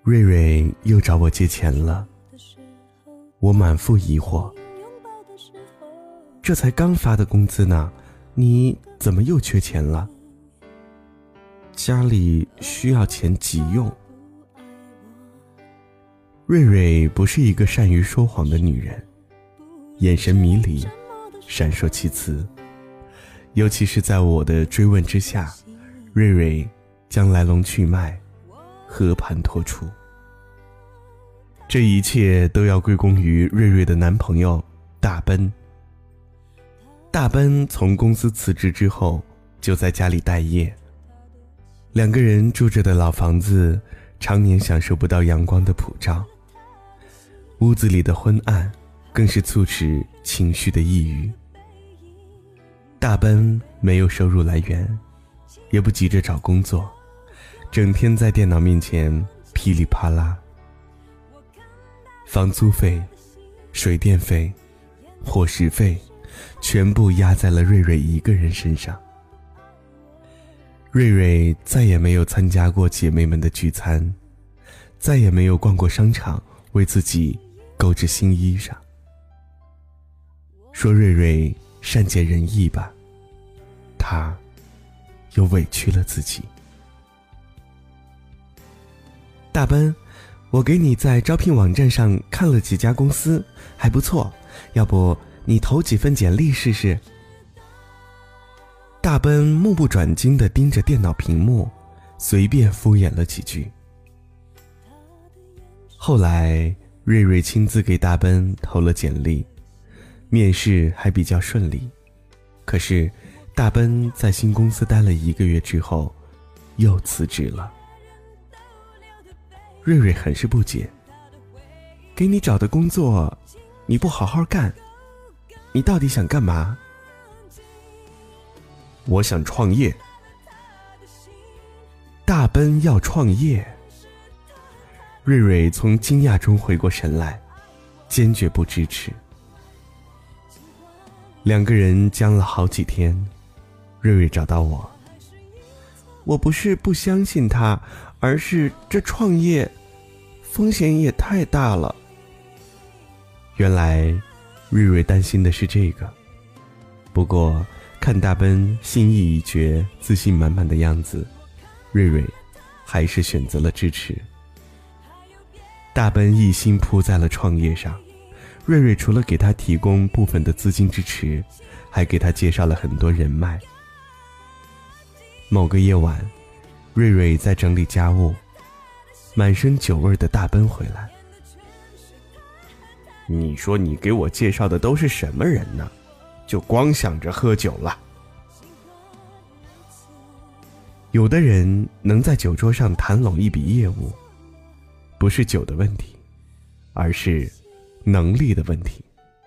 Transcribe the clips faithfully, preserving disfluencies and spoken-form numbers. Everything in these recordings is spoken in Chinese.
瑞瑞又找我借钱了，我满腹疑惑，这才刚发的工资呢，你怎么又缺钱了？家里需要钱急用。瑞瑞不是一个善于说谎的女人，眼神迷离，闪烁其词，尤其是在我的追问之下，瑞瑞将来龙去脉和盘托出。这一切都要归功于瑞瑞的男朋友大奔。大奔从公司辞职之后就在家里待业，两个人住着的老房子常年享受不到阳光的普照，屋子里的昏暗更是促使情绪的抑郁。大奔没有收入来源，也不急着找工作，整天在电脑面前噼里啪啦。房租费、水电费、伙食费全部压在了瑞瑞一个人身上。瑞瑞再也没有参加过姐妹们的聚餐，再也没有逛过商场为自己购置新衣裳。说瑞瑞善解人意吧，她又委屈了自己。大奔，我给你在招聘网站上看了几家公司，还不错，要不你投几份简历试试？大奔目不转睛地盯着电脑屏幕，随便敷衍了几句。后来瑞瑞亲自给大奔投了简历，面试还比较顺利。可是大奔在新公司待了一个月之后又辞职了。瑞瑞很是不解，给你找的工作你不好好干，你到底想干嘛？我想创业。大奔要创业。瑞瑞从惊讶中回过神来，坚决不支持。两个人僵了好几天，瑞瑞找到我，我不是不相信他，而是这创业风险也太大了。原来瑞瑞担心的是这个，不过看大奔心意已决、自信满满的样子，瑞瑞还是选择了支持。大奔一心扑在了创业上，瑞瑞除了给他提供部分的资金支持，还给他介绍了很多人脉。某个夜晚，瑞瑞在整理家务，满身酒味的大奔回来。你说你给我介绍的都是什么人呢？就光想着喝酒了。有的人能在酒桌上谈拢一笔业务，不是酒的问题，而是能力的问题。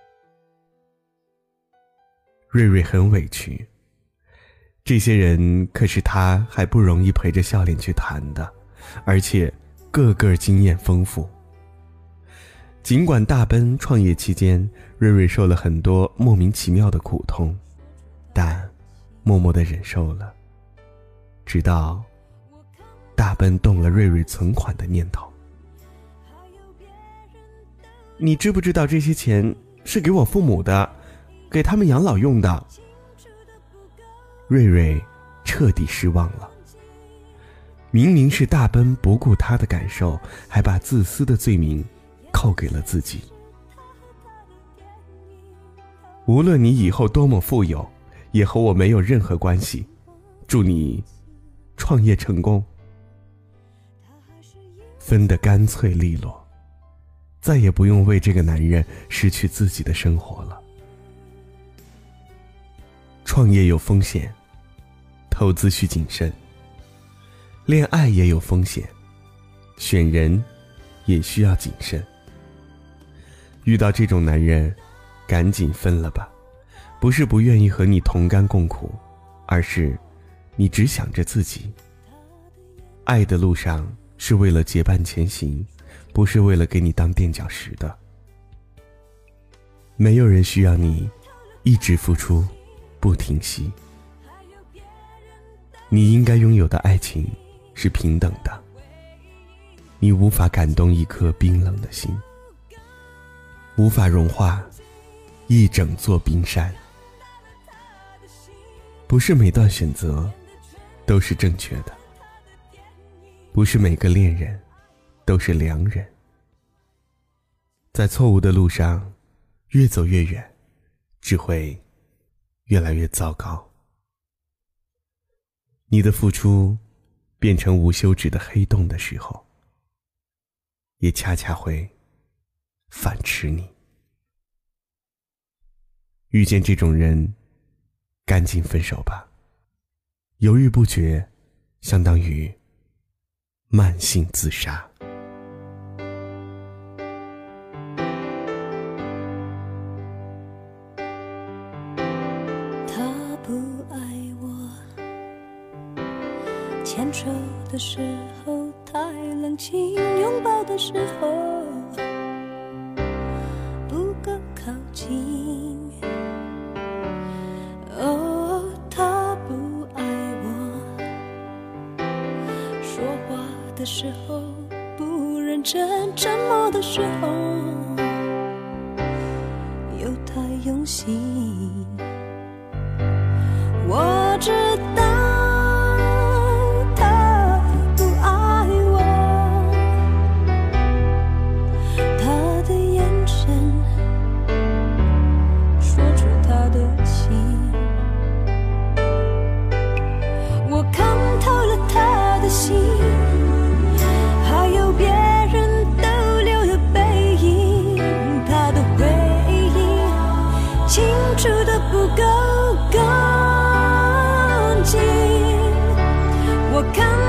瑞瑞很委屈，这些人可是他还不容易陪着笑脸去谈的，而且个个经验丰富。尽管大奔创业期间，瑞瑞受了很多莫名其妙的苦痛，但默默地忍受了，直到大奔动了瑞瑞存款的念头。你知不知道这些钱是给我父母的，给他们养老用的？瑞瑞彻底失望了。明明是大奔不顾他的感受，还把自私的罪名扣给了自己。无论你以后多么富有，也和我没有任何关系。祝你创业成功。分得干脆利落，再也不用为这个男人失去自己的生活了。创业有风险，投资需谨慎，恋爱也有风险，选人也需要谨慎。遇到这种男人，赶紧分了吧，不是不愿意和你同甘共苦，而是你只想着自己。爱的路上是为了结伴前行，不是为了给你当垫脚石的。没有人需要你一直付出不停息。你应该拥有的爱情是平等的， 你无法感动一颗冰冷的心，无法融化一整座冰山。不是每段选择都是正确的，不是每个恋人都是良人。在错误的路上越走越远，只会越来越糟糕。你的付出变成无休止的黑洞的时候，也恰恰会反噬你。遇见这种人，赶紧分手吧。犹豫不决，相当于慢性自杀。 他不爱我，牵手的时候太冷清，拥抱的时候不够靠近。哦，他不爱我，说话的时候不认真，沉默的时候又太用心。我知道他不爱我，他的眼神说出他的情，我看透了他的心，还有别人逗留的背影，他的回忆清楚的不够干净，我看